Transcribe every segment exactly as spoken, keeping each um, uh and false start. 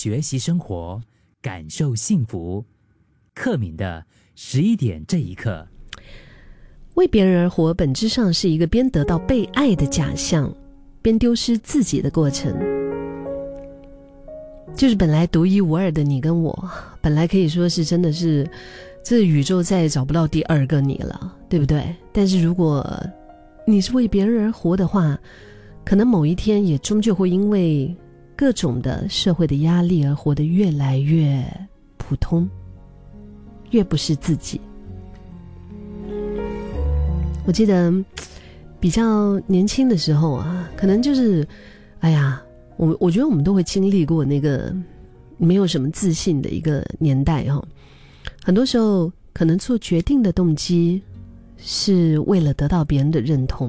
学习生活，感受幸福。克敏的十一点这一刻。 为别人而活本质上是一个边得到被爱的假象，边丢失自己的过程。就是本来独一无二的你跟我，本来可以说是真的是这宇宙再也找不到第二个你了，对不对？但是如果你是为别人而活的话，可能某一天也终究会因为各种的社会的压力而活得越来越普通，越不是自己。我记得比较年轻的时候啊，可能就是哎呀我我觉得我们都会经历过那个没有什么自信的一个年代哈、哦。很多时候可能做决定的动机是为了得到别人的认同。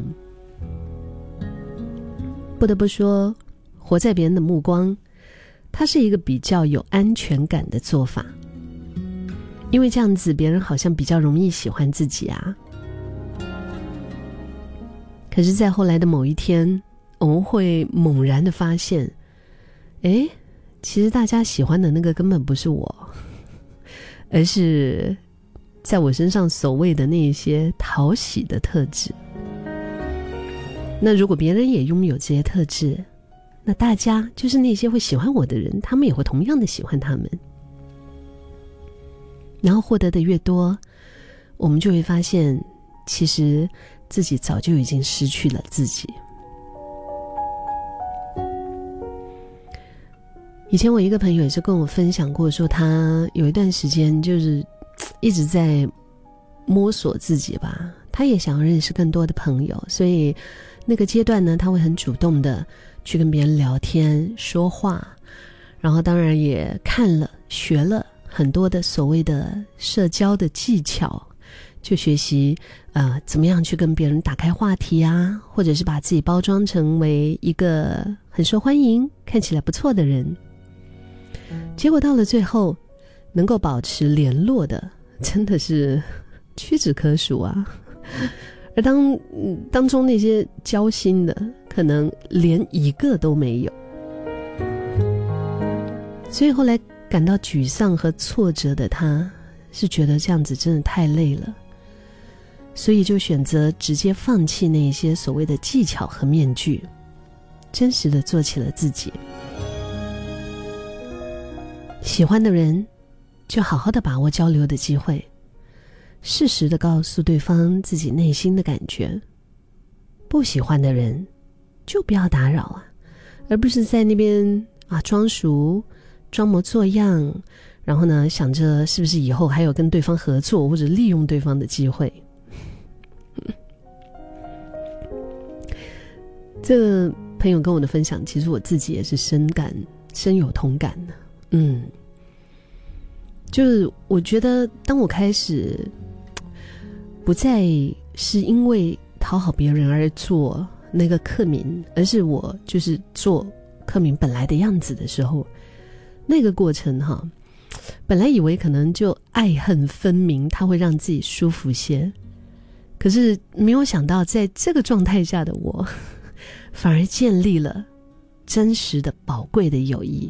不得不说，活在别人的目光，它是一个比较有安全感的做法，因为这样子别人好像比较容易喜欢自己啊。可是在后来的某一天，我们会猛然的发现，诶，其实大家喜欢的那个根本不是我，而是在我身上所谓的那些讨喜的特质。那如果别人也拥有这些特质，那大家就是那些会喜欢我的人，他们也会同样的喜欢他们。然后获得的越多，我们就会发现，其实自己早就已经失去了自己。以前我一个朋友也是跟我分享过，说他有一段时间就是一直在摸索自己吧，他也想要认识更多的朋友，所以那个阶段呢，他会很主动的去跟别人聊天说话，然后当然也看了学了很多的所谓的社交的技巧，去学习呃怎么样去跟别人打开话题啊，或者是把自己包装成为一个很受欢迎看起来不错的人。结果到了最后能够保持联络的真的是屈指可数啊，而当当中那些交心的可能连一个都没有。所以后来感到沮丧和挫折的他，是觉得这样子真的太累了，所以就选择直接放弃那些所谓的技巧和面具，真实的做起了自己。喜欢的人就好好的把握交流的机会，适时的告诉对方自己内心的感觉。不喜欢的人就不要打扰啊，而不是在那边啊装熟装模作样，然后呢想着是不是以后还有跟对方合作或者利用对方的机会。这个朋友跟我的分享，其实我自己也是深感深有同感的。嗯，就是我觉得当我开始不再是因为讨好别人而做那个克敏，而是我就是做克敏本来的样子的时候，那个过程哈，本来以为可能就爱恨分明，它会让自己舒服些，可是没有想到在这个状态下的我，反而建立了真实的宝贵的友谊。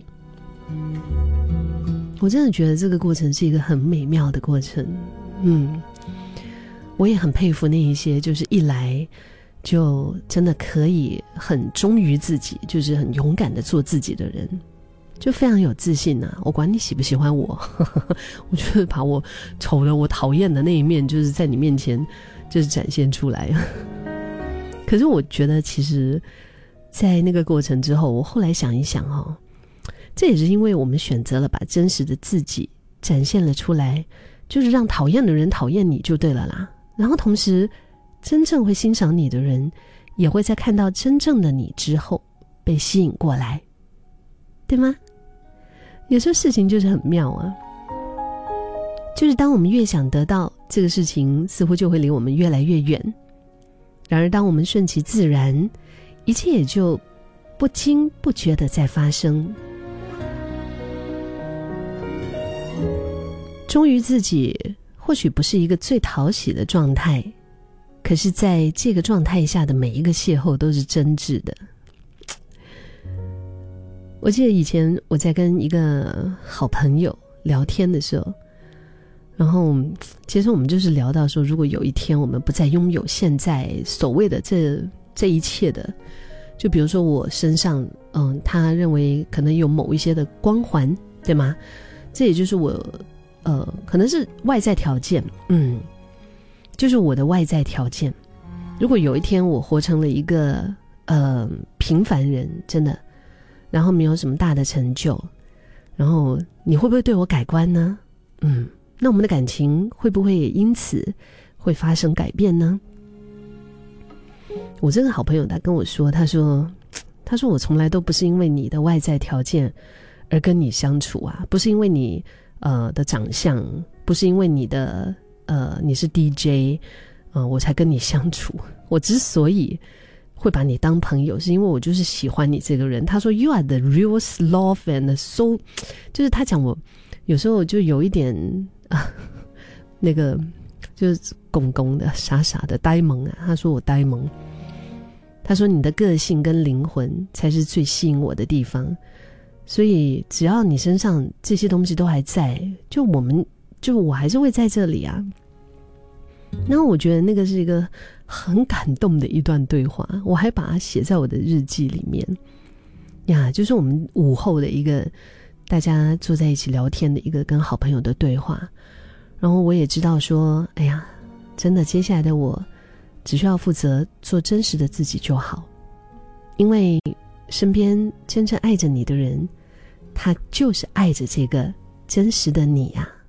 我真的觉得这个过程是一个很美妙的过程。嗯，我也很佩服那一些就是一来就真的可以很忠于自己，就是很勇敢的做自己的人，就非常有自信啊，我管你喜不喜欢我我就是把我丑的我讨厌的那一面就是在你面前就是展现出来可是我觉得其实在那个过程之后，我后来想一想哦，这也是因为我们选择了把真实的自己展现了出来，就是让讨厌的人讨厌你就对了啦。然后同时真正会欣赏你的人也会在看到真正的你之后被吸引过来，对吗？有时候事情就是很妙啊，就是当我们越想得到这个事情，似乎就会离我们越来越远。然而当我们顺其自然，一切也就不经不觉地在发生。忠于自己或许不是一个最讨喜的状态，可是在这个状态下的每一个邂逅都是真挚的。 我记得以前我在跟一个好朋友聊天的时候，然后其实我们就是聊到说，如果有一天我们不再拥有现在所谓的这这一切的，就比如说我身上嗯，他认为可能有某一些的光环，对吗？这也就是我呃，可能是外在条件，嗯，就是我的外在条件。如果有一天我活成了一个呃平凡人，真的，然后没有什么大的成就，然后你会不会对我改观呢？嗯，那我们的感情会不会也因此会发生改变呢？我这个好朋友他跟我说，他说他说我从来都不是因为你的外在条件而跟你相处啊，不是因为你呃的长相，不是因为你的呃你是 D J 呃我才跟你相处，我之所以会把你当朋友，是因为我就是喜欢你这个人。他说 You are the real love and so， 就是他讲我有时候就有一点啊，那个就是公公的傻傻的呆萌啊，他说我呆萌，他说你的个性跟灵魂才是最吸引我的地方，所以只要你身上这些东西都还在，就我们就我还是会在这里啊。然后我觉得那个是一个很感动的一段对话，我还把它写在我的日记里面呀，就是我们午后的一个大家坐在一起聊天的一个跟好朋友的对话。然后我也知道说，哎呀，真的接下来的我只需要负责做真实的自己就好，因为身边真正爱着你的人，他就是爱着这个真实的你啊。